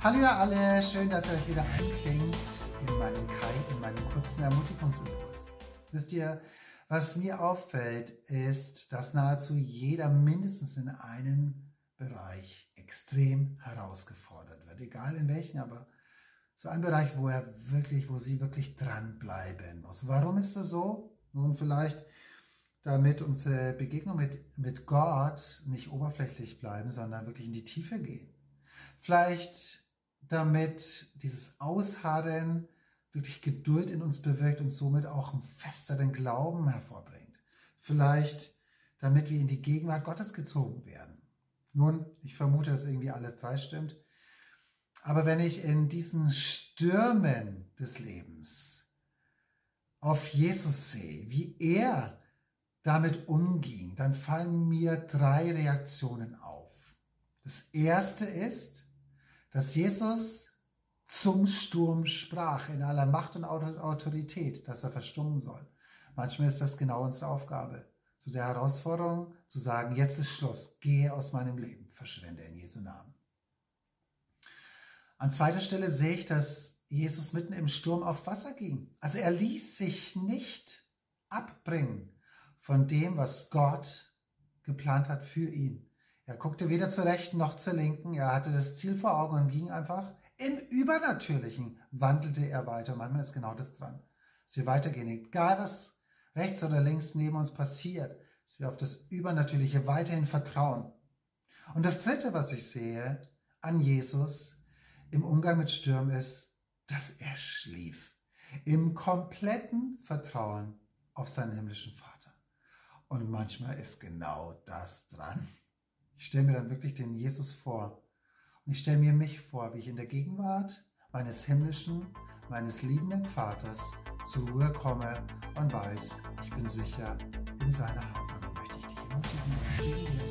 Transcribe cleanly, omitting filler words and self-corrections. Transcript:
Hallo ihr alle, schön, dass ihr euch wieder einklingt in meinen kurzen Ermutigungsimpuls. Wisst ihr, was mir auffällt, ist, dass nahezu jeder mindestens in einem Bereich extrem herausgefordert wird. Egal in welchen, aber so ein Bereich, wo sie wirklich dranbleiben muss. Warum ist das so? Nun, vielleicht, damit unsere Begegnung mit Gott nicht oberflächlich bleiben, sondern wirklich in die Tiefe gehen. Vielleicht damit dieses Ausharren wirklich Geduld in uns bewirkt und somit auch einen festeren Glauben hervorbringt. Vielleicht damit wir in die Gegenwart Gottes gezogen werden. Nun, ich vermute, dass irgendwie alles drei stimmt. Aber wenn ich in diesen Stürmen des Lebens auf Jesus sehe, wie er damit umging, dann fallen mir drei Reaktionen auf. Das erste ist, dass Jesus zum Sturm sprach, in aller Macht und Autorität, dass er verstummen soll. Manchmal ist das genau unsere Aufgabe, zu der Herausforderung zu sagen, jetzt ist Schluss, gehe aus meinem Leben, verschwinde in Jesu Namen. An zweiter Stelle sehe ich, dass Jesus mitten im Sturm auf Wasser ging. Also er ließ sich nicht abbringen von dem, was Gott geplant hat für ihn. Er guckte weder zur Rechten noch zur Linken. Er hatte das Ziel vor Augen und ging einfach im Übernatürlichen, wandelte er weiter. Manchmal ist genau das dran, dass wir weitergehen. Egal was rechts oder links neben uns passiert, dass wir auf das Übernatürliche weiterhin vertrauen. Und das dritte, was ich sehe an Jesus im Umgang mit Stürmen ist, dass er schlief. Im kompletten Vertrauen auf seinen himmlischen Vater. Und manchmal ist genau das dran. Ich stelle mir dann wirklich den Jesus vor. Und ich stelle mir mich vor, wie ich in der Gegenwart meines himmlischen, meines liebenden Vaters zur Ruhe komme und weiß, ich bin sicher in seiner Hand. Und dann möchte ich dich ermutigen.